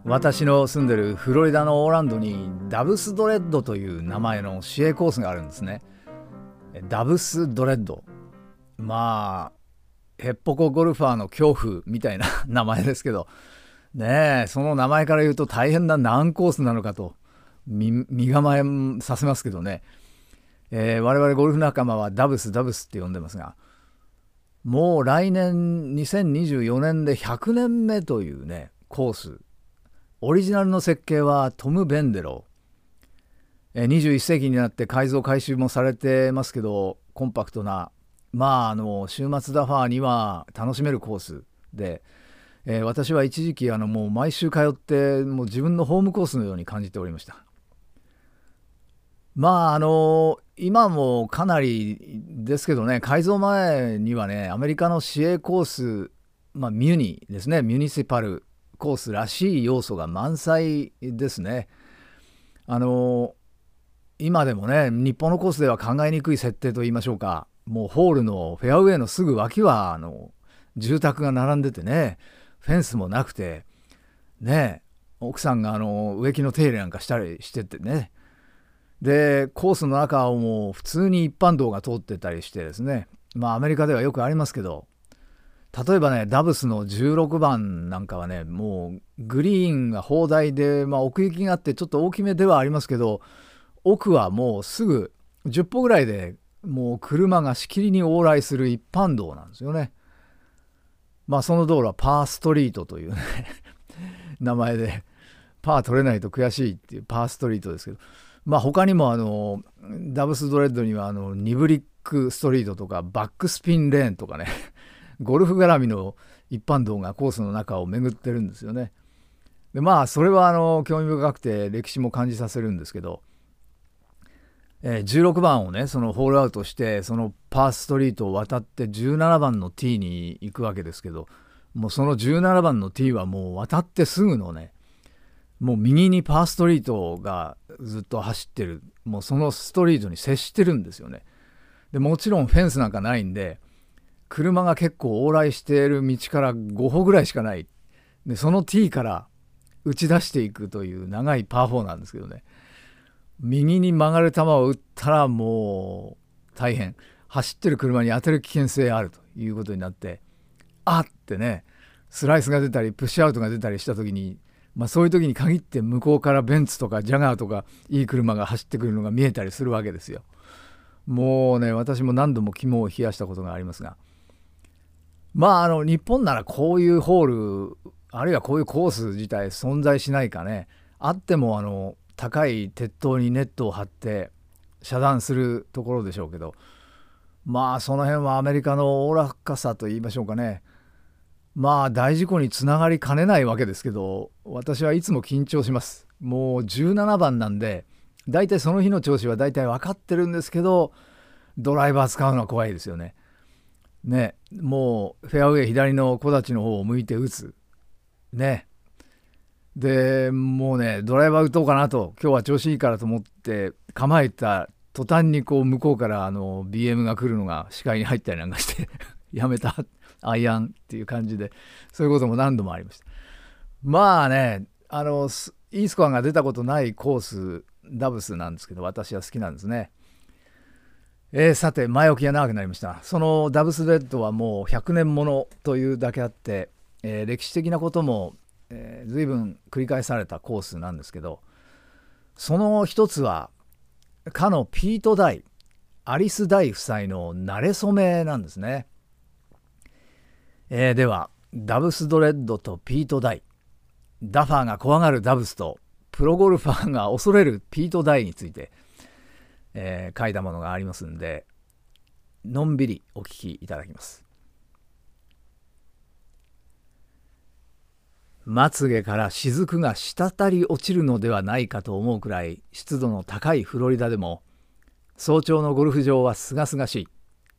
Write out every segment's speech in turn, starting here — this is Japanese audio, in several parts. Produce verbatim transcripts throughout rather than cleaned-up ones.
私の住んでるフロリダのオーランドにダブスドレッドという名前の市営コースがあるんですね。ダブスドレッド、まあヘッポコゴルファーの恐怖みたいな名前ですけどねえ、その名前から言うと大変な難コースなのかと 身, 身構えさせますけどね、えー、我々ゴルフ仲間はダブスダブスって呼んでますが、もう来年にせんにじゅうよねんでひゃくねんめというねコース。オリジナルの設計はトム・ベンデロー。にじゅういっ世紀になって改造改修もされてますけど、コンパクトな、まああの週末ダファーには楽しめるコースで、えー、私は一時期あのもう毎週通ってもう自分のホームコースのように感じておりました。まああの今もかなりですけどね、改造前にはねアメリカの市営コース、まあミュニですね、ミュニシパルコースらしい要素が満載ですね。あの今でもね日本のコースでは考えにくい設定といいましょうか、もうホールのフェアウェイのすぐ脇はあの住宅が並んでてね、フェンスもなくてね、奥さんがあの植木の手入れなんかしたりしててね、でコースの中をもう普通に一般道が通ってたりしてですね、まあアメリカではよくありますけど、例えばねダブスのじゅうろくばんなんかはね、もうグリーンが砲台で、まあ、奥行きがあってちょっと大きめではありますけど、奥はもうすぐじゅっぽぐらいでもう車がしきりに往来する一般道なんですよね。まあその道路はパーストリートというね名前で、パー取れないと悔しいっていうパーストリートですけど、まあ他にもあのダブスドレッドにはあのニブリックストリートとかバックスピンレーンとかねゴルフ絡みの一般道がコースの中を巡ってるんですよね。でまあそれはあの興味深くて歴史も感じさせるんですけど、えー、じゅうろくばんをねそのホールアウトしてそのパーストリートを渡ってじゅうななばんのティーに行くわけですけど、もうそのじゅうななばんのティーはもう渡ってすぐのね、もう右にパーストリートがずっと走ってる、もうそのストリートに接してるんですよね。でもちろんフェンスなんかないんで、車が結構往来している道からごほぐらいしかない。でそのティーから打ち出していくという長いパーフォーなんですけどね、右に曲がる球を打ったらもう大変、走ってる車に当てる危険性あるということになって、あってねスライスが出たりプッシュアウトが出たりした時に、まあ、そういう時に限って向こうからベンツとかジャガーとかいい車が走ってくるのが見えたりするわけですよ。もうね私も何度も肝を冷やしたことがありますが、まああの日本ならこういうホールあるいはこういうコース自体存在しないかね。あってもあの高い鉄塔にネットを張って遮断するところでしょうけど、まあその辺はアメリカのおおらかさと言いましょうかね。まあ大事故につながりかねないわけですけど、私はいつも緊張します。もうじゅうななばんなんでだいたいその日の調子はだいたい分かってるんですけど、ドライバー使うのは怖いですよね。ね、もうフェアウェイ左の木立の方を向いて打つね。でもうねドライバー打とうかなと、今日は調子いいからと思って構えた途端にこう向こうからあの ビーエム が来るのが視界に入ったりなんかしてやめたアイアンっていう感じで、そういうことも何度もありました。まあねあのいいスコアが出たことないコースダブスなんですけど、私は好きなんですね。えー、さて前置きが長くなりました。そのダブスレッドはもうひゃくねんものというだけあって、えー、歴史的なことも、えー、随分繰り返されたコースなんですけど、その一つはかのピート・ダイ、アリス・ダイ夫妻の馴れ初めなんですね。えー、ではダブスドレッドとピート・ダイ、ダファーが怖がるダブスとプロゴルファーが恐れるピート・ダイについて、えー、書いたものがありますんで、のんびりお聞きいただきます。まつげから雫が滴り落ちるのではないかと思うくらい湿度の高いフロリダでも早朝のゴルフ場はすがすがしい。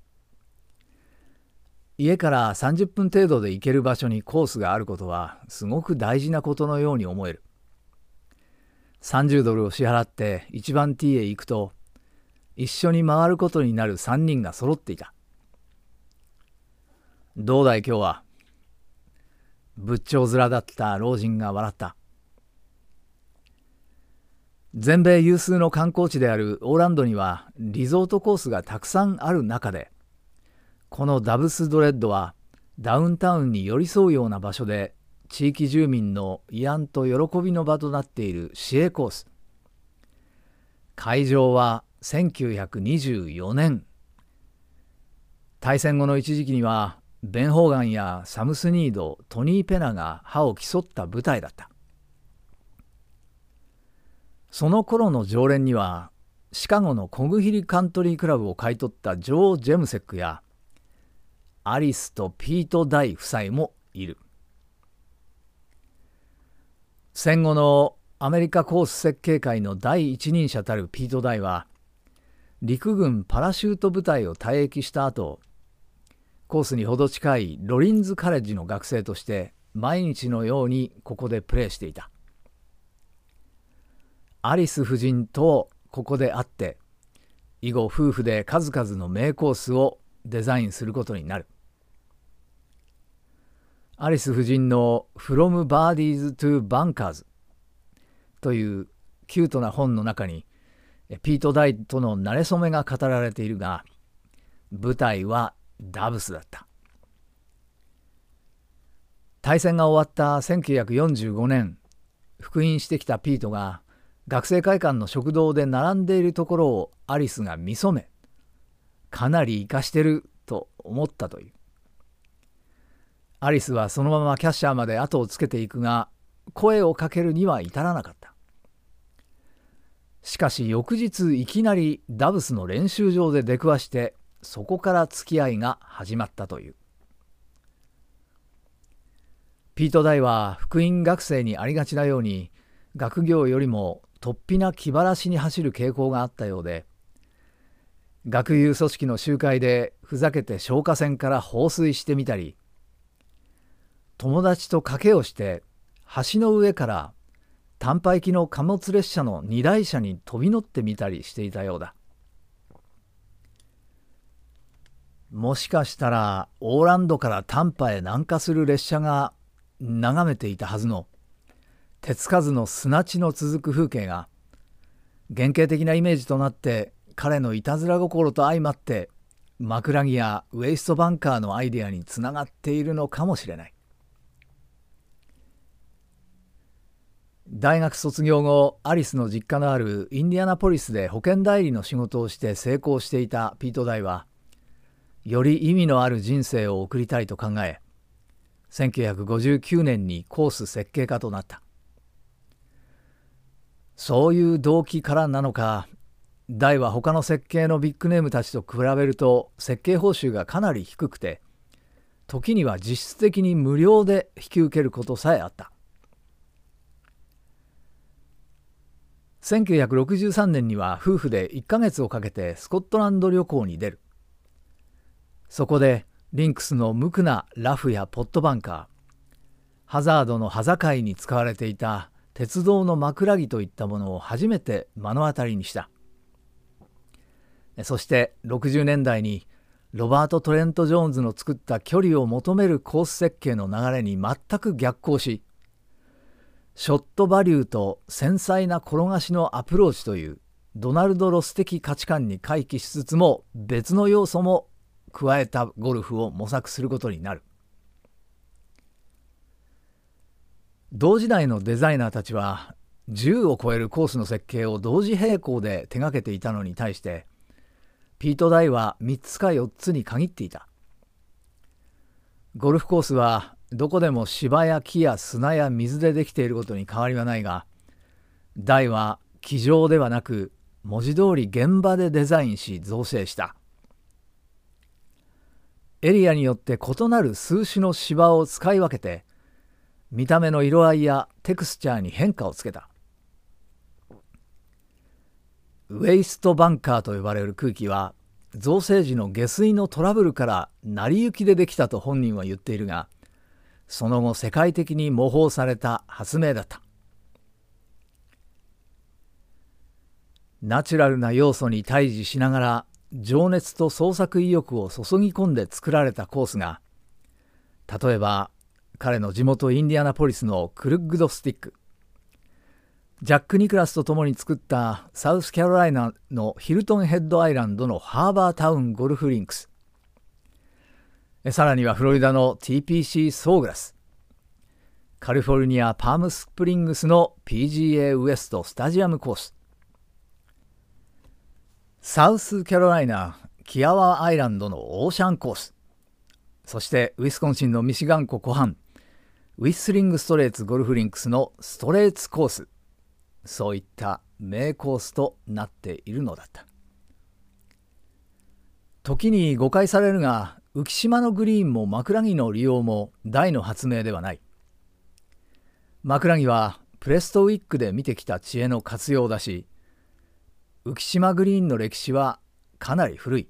家からさんじゅっぷん程度で行ける場所にコースがあることはすごく大事なことのように思える。さんじゅうドルを支払っていちばんティーへ行くと、一緒に回ることになるさんにんが揃っていた。どうだい今日は。仏頂面だった老人が笑った。 全米有数の観光地であるオーランドにはリゾートコースがたくさんある中で、このダブスドレッドはダウンタウンに寄り添うような場所で地域住民の慰安と喜びの場となっている市営コース。会場はせんきゅうひゃくにじゅうよねん、大戦後の一時期にはベン・ホーガンやサム・スニード、トニー・ペナが歯を競った舞台だった。その頃の常連にはシカゴのコグヒリカントリークラブを買い取ったジョー・ジェムセックやアリスとピート・ダイ夫妻もいる。戦後のアメリカコース設計界の第一人者たるピート・ダイは陸軍パラシュート部隊を退役した後、コースにほど近いロリンズカレッジの学生として毎日のようにここでプレーしていた。アリス夫人とここで会って、以後夫婦で数々の名コースをデザインすることになる。アリス夫人の From Birdies to Bunkers というキュートな本の中にピート・ダイとの馴れ初めが語られているが、舞台はダブスだった。大戦が終わったせんきゅうひゃくよんじゅうごねん、復員してきたピートが学生会館の食堂で並んでいるところをアリスが見初め、かなりイカしてると思ったという。アリスはそのままキャッシャーまで後をつけていくが、声をかけるには至らなかった。しかし翌日いきなりダブスの練習場で出くわして、そこから付き合いが始まったという。ピート・ダイは復員学生にありがちなように、学業よりも突飛な気晴らしに走る傾向があったようで、学友組織の集会でふざけて消火栓から放水してみたり、友達と賭けをして橋の上から短波行きの貨物列車の荷台車に飛び乗ってみたりしていたようだ。もしかしたらオーランドから短波へ南下する列車が眺めていたはずの手つかずの砂地の続く風景が原型的なイメージとなって、彼のいたずら心と相まって枕木やウエイストバンカーのアイデアにつながっているのかもしれない。大学卒業後、アリスの実家のあるインディアナポリスで保険代理の仕事をして成功していたピート・ダイは、より意味のある人生を送りたいと考え、せんきゅうひゃくごじゅうきゅうねんにコース設計家となった。そういう動機からなのか、ダイは他の設計のビッグネームたちと比べると設計報酬がかなり低くて、時には実質的に無料で引き受けることさえあった。せんきゅうひゃくろくじゅうさんねんには夫婦でいっかげつをかけてスコットランド旅行に出る。そこでリンクスの無垢なラフやポットバンカー、ハザードの端境に使われていた鉄道の枕木といったものを初めて目の当たりにした。そしてろくじゅうねんだいにロバート・トレント・ジョーンズの作った距離を求めるコース設計の流れに全く逆行し、ショットバリューと繊細な転がしのアプローチというドナルド・ロス的価値観に回帰しつつも別の要素も加えたゴルフを模索することになる。同時代のデザイナーたちはじゅうを超えるコースの設計を同時並行で手がけていたのに対して、ピート・ダイはみっつかよっつに限っていた。ゴルフコースはどこでも芝や木や砂や水でできていることに変わりはないが、ダイは机上ではなく文字通り現場でデザインし造成した。エリアによって異なる数種の芝を使い分けて、見た目の色合いやテクスチャーに変化をつけた。ウェイストバンカーと呼ばれる空気は造成時の下水のトラブルから成り行きでできたと本人は言っているが、その後世界的に模倣された発明だった。ナチュラルな要素に対峙しながら情熱と創作意欲を注ぎ込んで作られたコースが、例えば彼の地元インディアナポリスのクルッグドスティック、 ジャック・ニクラスと共に作ったサウスカロライナのヒルトンヘッドアイランドのハーバータウンゴルフリンクス、さらにはフロリダの ティーピーシー ソーグラス、カリフォルニアパームスプリングスの ピージーエー ウエストスタジアムコース、サウスカロライナキアワアイランドのオーシャンコース、そしてウィスコンシンのミシガン湖湖畔ウィッスリングストレーツゴルフリンクスのストレーツコース、そういった名コースとなっているのだった。時に誤解されるが、浮島のグリーンも枕木の利用も大の発明ではない。枕木はプレストウィックで見てきた知恵の活用だし、浮島グリーンの歴史はかなり古い。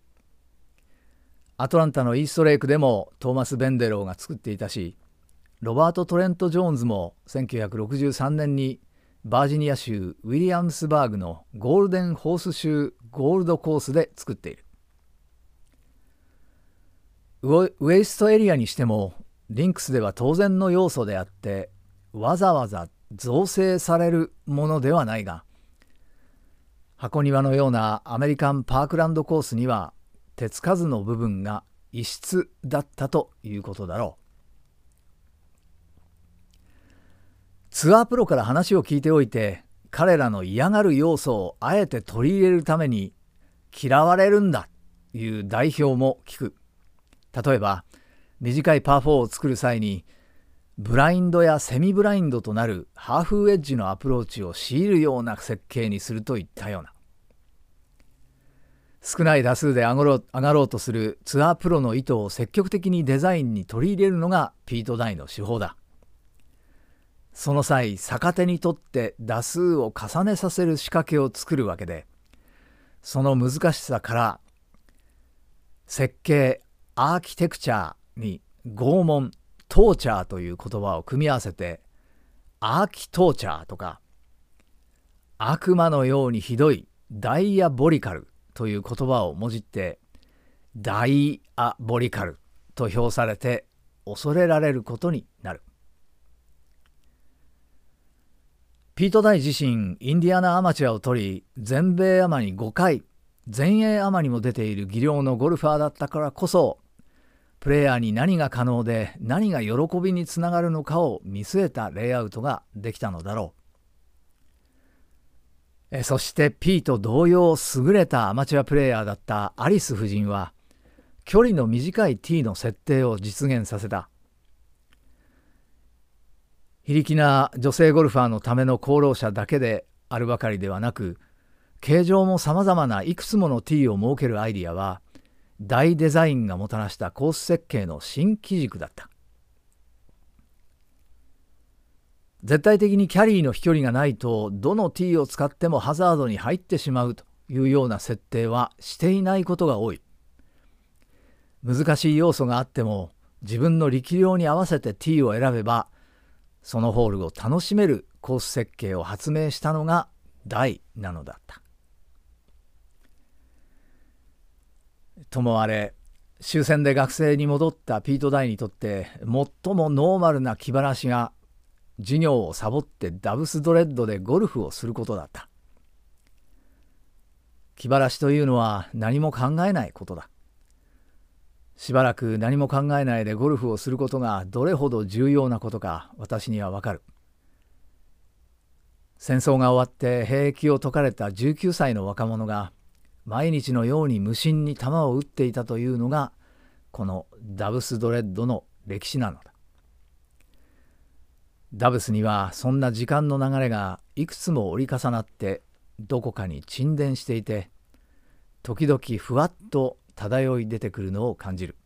アトランタのイーストレイクでもトーマス・ベンデローが作っていたし、ロバート・トレント・ジョーンズもせんきゅうひゃくろくじゅうさんねんにバージニア州ウィリアムスバーグのゴールデンホース州ゴールドコースで作っている。ウエストエリアにしてもリンクスでは当然の要素であってわざわざ造成されるものではないが、箱庭のようなアメリカンパークランドコースには手つかずの部分が異質だったということだろう。ツアープロから話を聞いておいて、彼らの嫌がる要素をあえて取り入れるために嫌われるんだという代表も聞く。例えば短いパーフォーを作る際にブラインドやセミブラインドとなるハーフウェッジのアプローチを強いるような設計にするといったような、少ない打数で上がろう、上がろうとするツアープロの意図を積極的にデザインに取り入れるのがピート・ダイの手法だ。その際逆手にとって打数を重ねさせる仕掛けを作るわけで、その難しさから設計アーキテクチャーに拷問トーチャーという言葉を組み合わせてアーキトーチャーとか、悪魔のようにひどいダイアボリカルという言葉をもじってダイアボリカルと評されて恐れられることになる。ピート・ダイ自身インディアナアマチュアを取り、全米アマにごかい、全英アマにも出ている技量のゴルファーだったからこそ、プレイヤーに何が可能で何が喜びにつながるのかを見据えたレイアウトができたのだろう。えそしてピート同様優れたアマチュアプレイヤーだったアリス夫人は、距離の短いティーの設定を実現させた。非力な女性ゴルファーのための功労者だけであるばかりではなく、形状もさまざまないくつものティーを設けるアイディアは、大デザインがもたらしたコース設計の新機軸だった。絶対的にキャリーの飛距離がないと、どのティーを使ってもハザードに入ってしまうというような設定はしていないことが多い。難しい要素があっても、自分の力量に合わせてティーを選べば、そのホールを楽しめるコース設計を発明したのがダイなのだった。ともあれ、終戦で学生に戻ったピート・ダイにとって最もノーマルな気晴らしが、授業をサボってダブスドレッドでゴルフをすることだった。気晴らしというのは何も考えないことだ。しばらく何も考えないでゴルフをすることがどれほど重要なことか私にはわかる。戦争が終わって兵役を解かれたじゅうきゅうさいの若者が毎日のように無心に球を打っていたというのがこのダブスドレッドの歴史なのだ。ダブスにはそんな時間の流れがいくつも折り重なってどこかに沈殿していて、時々ふわっと漂い出てくるのを感じる。